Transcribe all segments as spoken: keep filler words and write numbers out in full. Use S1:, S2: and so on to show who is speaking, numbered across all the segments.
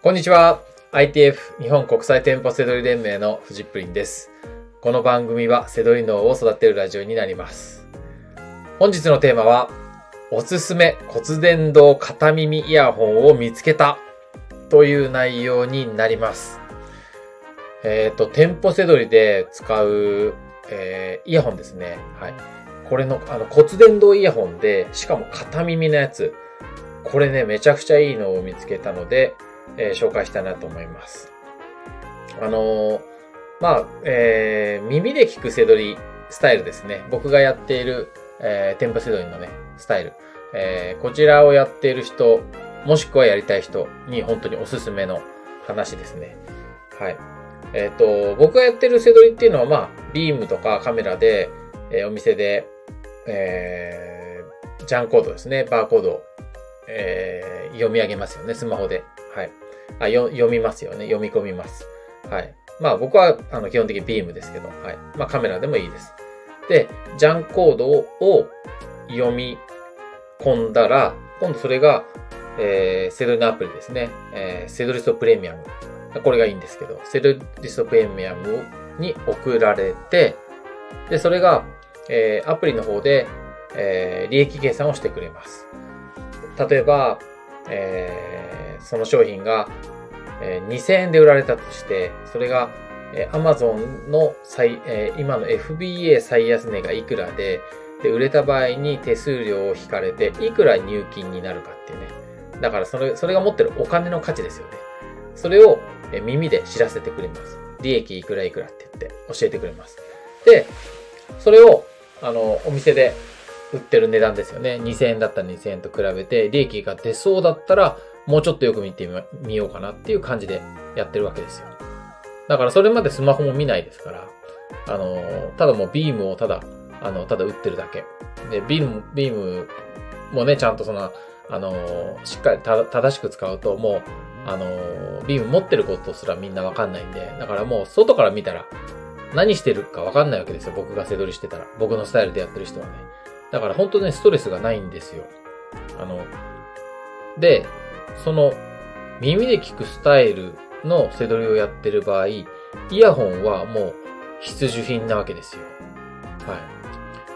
S1: こんにちは。アイティーエフ 日本国際店舗セドリ連盟のフジップリンです。この番組はセドリ脳を育てるラジオになります。本日のテーマは、おすすめ骨伝導片耳イヤホンを見つけたという内容になります。えっと、店舗セドリで使う、えー、イヤホンですね。はい。これの、あの骨伝導イヤホンで、しかも片耳のやつ。これね、めちゃくちゃいいのを見つけたので、えー、紹介したいなと思います。あのー、まあ、えー、耳で聞くセドリスタイルですね。僕がやっている、えー、店舗セドリのね、スタイル。えー、こちらをやっている人、もしくはやりたい人に本当におすすめの話ですね。はい。えっと、僕がやってるセドリっていうのは、まあ、ビームとかカメラで、えー、お店で、えー、ジャンコードですね、バーコードを、えー、読み上げますよね、スマホで。はい。あ、よ、読みますよね。読み込みます。はい。まあ僕は、あの、基本的にビームですけど、はい。まあカメラでもいいです。で、ジャンコードを読み込んだら、今度それが、えー、セドリのアプリですね。えー、セドリストプレミアム。これがいいんですけど、セドリストプレミアムに送られて、で、それが、えー、アプリの方で、えー、利益計算をしてくれます。例えば、えー、その商品が、えー、にせんえんで売られたとして、それが、えー、Amazon の最、えー、今の エフビーエー 最安値がいくらで、で、売れた場合に手数料を引かれて、いくら入金になるかっていうね。だからそれ、それが持ってるお金の価値ですよね。それを、えー、耳で知らせてくれます。利益いくらいくらって言って教えてくれます。で、それを、あの、お店で、売ってる値段ですよね。にせんえんだったらにせんえんと比べて、利益が出そうだったら、もうちょっとよく見てみようかなっていう感じでやってるわけですよ。だからそれまでスマホも見ないですから、あの、ただもうビームをただ、あの、ただ売ってるだけ。で、ビーム、ビームもね、ちゃんとその、あの、しっかりた正しく使うと、もう、あの、ビーム持ってることすらみんなわかんないんで、だからもう外から見たら、何してるかわかんないわけですよ。僕が背取りしてたら。僕のスタイルでやってる人はね。だから本当にストレスがないんですよ。あの、で、その耳で聞くスタイルの背取りをやってる場合、イヤホンはもう必需品なわけですよ。はい。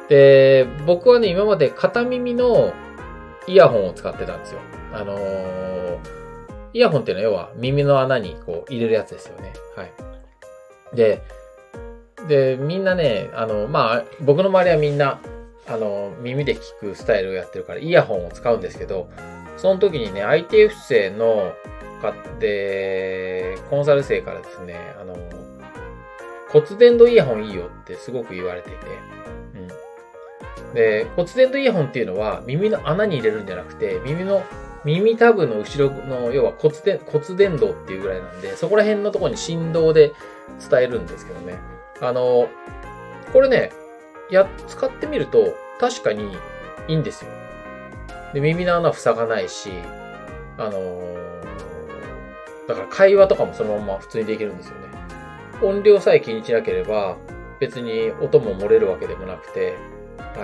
S1: で、僕はね、今まで片耳のイヤホンを使ってたんですよ。あのー、イヤホンっていうのは要は耳の穴にこう入れるやつですよね。はい。で、で、みんなね、あの、まあ、僕の周りはみんな、あの、耳で聞くスタイルをやってるから、イヤホンを使うんですけど、その時にね、アイティーエフ 生の、で、コンサル生からですね、あの、骨伝導イヤホンいいよってすごく言われていて、うん。で、骨伝導イヤホンっていうのは耳の穴に入れるんじゃなくて、耳の、耳タブの後ろの、要は骨伝、骨伝導っていうぐらいなんで、そこら辺のところに振動で伝えるんですけどね。あの、これね、や、使ってみると確かにいいんですよ。で、耳の穴塞がないし、あのー、だから会話とかもそのまま普通にできるんですよね。音量さえ気にしなければ別に音も漏れるわけでもなくて、はい。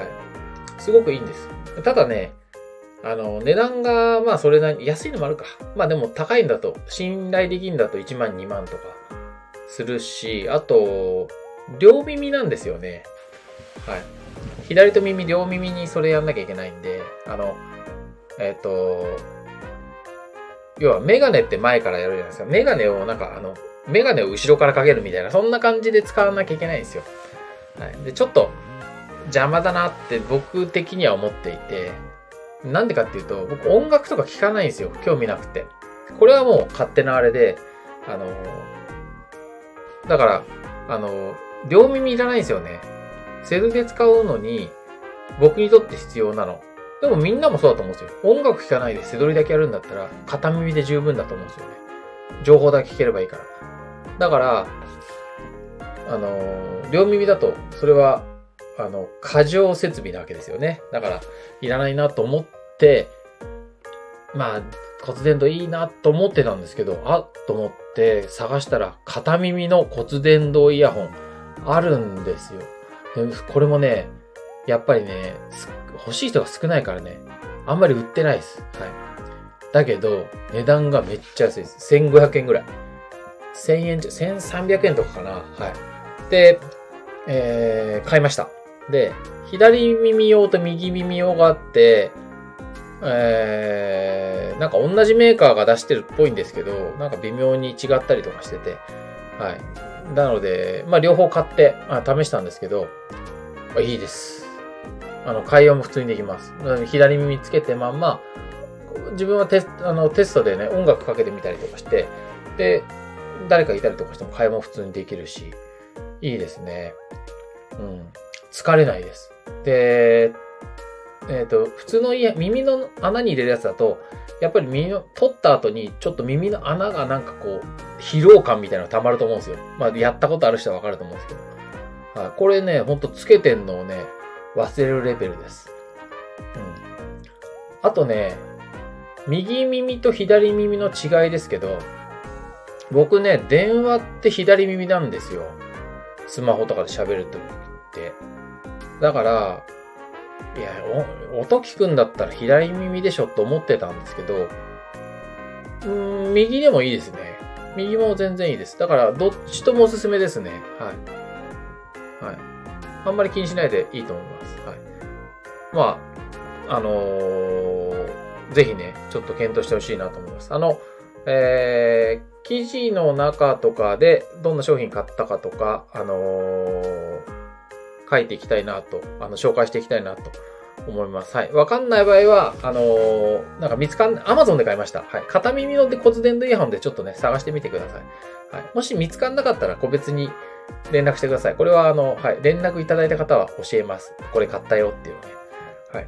S1: すごくいいんです。ただね、あの、値段がまあそれなりに安いのもあるか。まあでも高いんだと、信頼できるんだといちまんにまんとかするし、あと、両耳なんですよね。はい。左と耳、両耳にそれやんなきゃいけないんで、あの、えっと、要はメガネって前からやるじゃないですか。メガネをなんかあの、メガネを後ろからかけるみたいな、そんな感じで使わなきゃいけないんですよ。はい。で、ちょっと邪魔だなって僕的には思っていて、なんでかっていうと、僕音楽とか聞かないんですよ。興味なくて。これはもう勝手なあれで、あの、だから、あの、両耳いらないんですよね。セルで使うのに、僕にとって必要なの。でもみんなもそうだと思うんですよ。音楽聴かないで背取りだけやるんだったら、片耳で十分だと思うんですよね。情報だけ聞ければいいから。だから、あの、両耳だと、それは、あの、過剰設備なわけですよね。だから、いらないなと思って、まあ、骨伝導いいなと思ってたんですけど、あっと思って探したら、片耳の骨伝導イヤホンあるんですよ。これもね、やっぱりね、欲しい人が少ないからね、あんまり売ってないです。はい。 だけど、値段がめっちゃ安いです。せんごひゃくえんぐらい。せんえんちょ、せんさんびゃくえんとかかな。はい。で、えー、買いました。で、左耳用と右耳用があって、えー、なんか同じメーカーが出してるっぽいんですけど、なんか微妙に違ったりとかしてて、はい。なので、まあ両方買ってあ試したんですけど、いいです。あの、会話も普通にできます。左耳つけてまんま、自分はテスあのテストでね、音楽かけてみたりとかして、で、誰かいたりとかしても会話も普通にできるし、いいですね。うん。疲れないです。で、えっと、普通のイヤ耳の穴に入れるやつだと、やっぱり耳の、取った後にちょっと耳の穴がなんかこう、疲労感みたいなのが溜まると思うんですよ。まあ、やったことある人はわかると思うんですけど。はい。これね、ほんとつけてんのをね、忘れるレベルです。うん。あとね、右耳と左耳の違いですけど、僕ね、電話って左耳なんですよ。スマホとかで喋るときって。だから、いや、音聞くんだったら左耳でしょと思ってたんですけど、うーん、右でもいいですね。右も全然いいです。だから、どっちともおすすめですね。はい。はい。あんまり気にしないでいいと思います。はい。まあ、あのー、ぜひね、ちょっと検討してほしいなと思います。あの、えー、記事の中とかでどんな商品買ったかとか、あのー、書いていきたいなと、あの、紹介していきたいなと思います。はい。わかんない場合は、あのー、なんか見つかん、Amazon で買いました。はい。片耳の骨伝導イヤホンでちょっとね、探してみてください。はい。もし見つかんなかったら個別に連絡してください。これはあの、はい。連絡いただいた方は教えます。これ買ったよっていうのね。はい。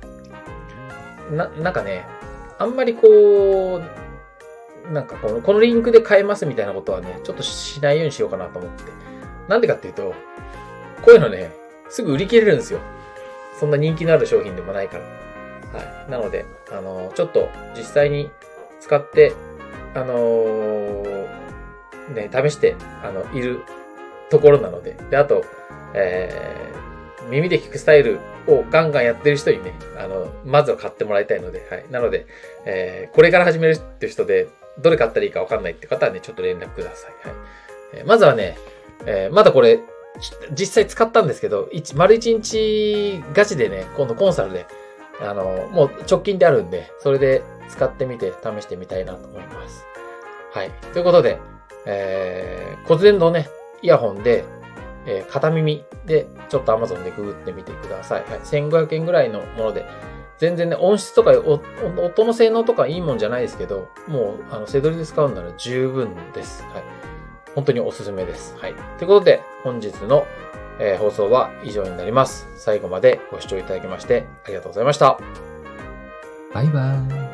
S1: な、なんかね、あんまりこう、なんかこの、このリンクで買えますみたいなことはね、ちょっとしないようにしようかなと思って。なんでかっていうと、こういうのね、すぐ売り切れるんですよ。そんな人気のある商品でもないから。はい。なので、あの、ちょっと実際に使って、あのー、ね、試して、あの、いるところなので。で、あと、えー、耳で聞くスタイルをガンガンやってる人にね、あの、まずは買ってもらいたいので、はい。なので、えー、これから始めるっていう人で、どれ買ったらいいかわかんないって方はね、ちょっと連絡ください。はい。えー、まずはね、えー、まだこれ、実際使ったんですけど、丸一日ガチでね、今度コンサルで、あの、もう直近であるんで、それで使ってみて試してみたいなと思います。はい。ということで、えー、骨伝導ね、イヤホンで、えー、片耳で、ちょっと Amazon でググってみてください。はい。せんごひゃくえんぐらいのもので、全然ね、音質とか音の性能とかいいもんじゃないですけど、もう、あの、背取りで使うなら十分です。はい。本当におすすめです。はい。ということで、本日の、えー、放送は以上になります。最後までご視聴いただきましてありがとうございました。
S2: バイバーイ。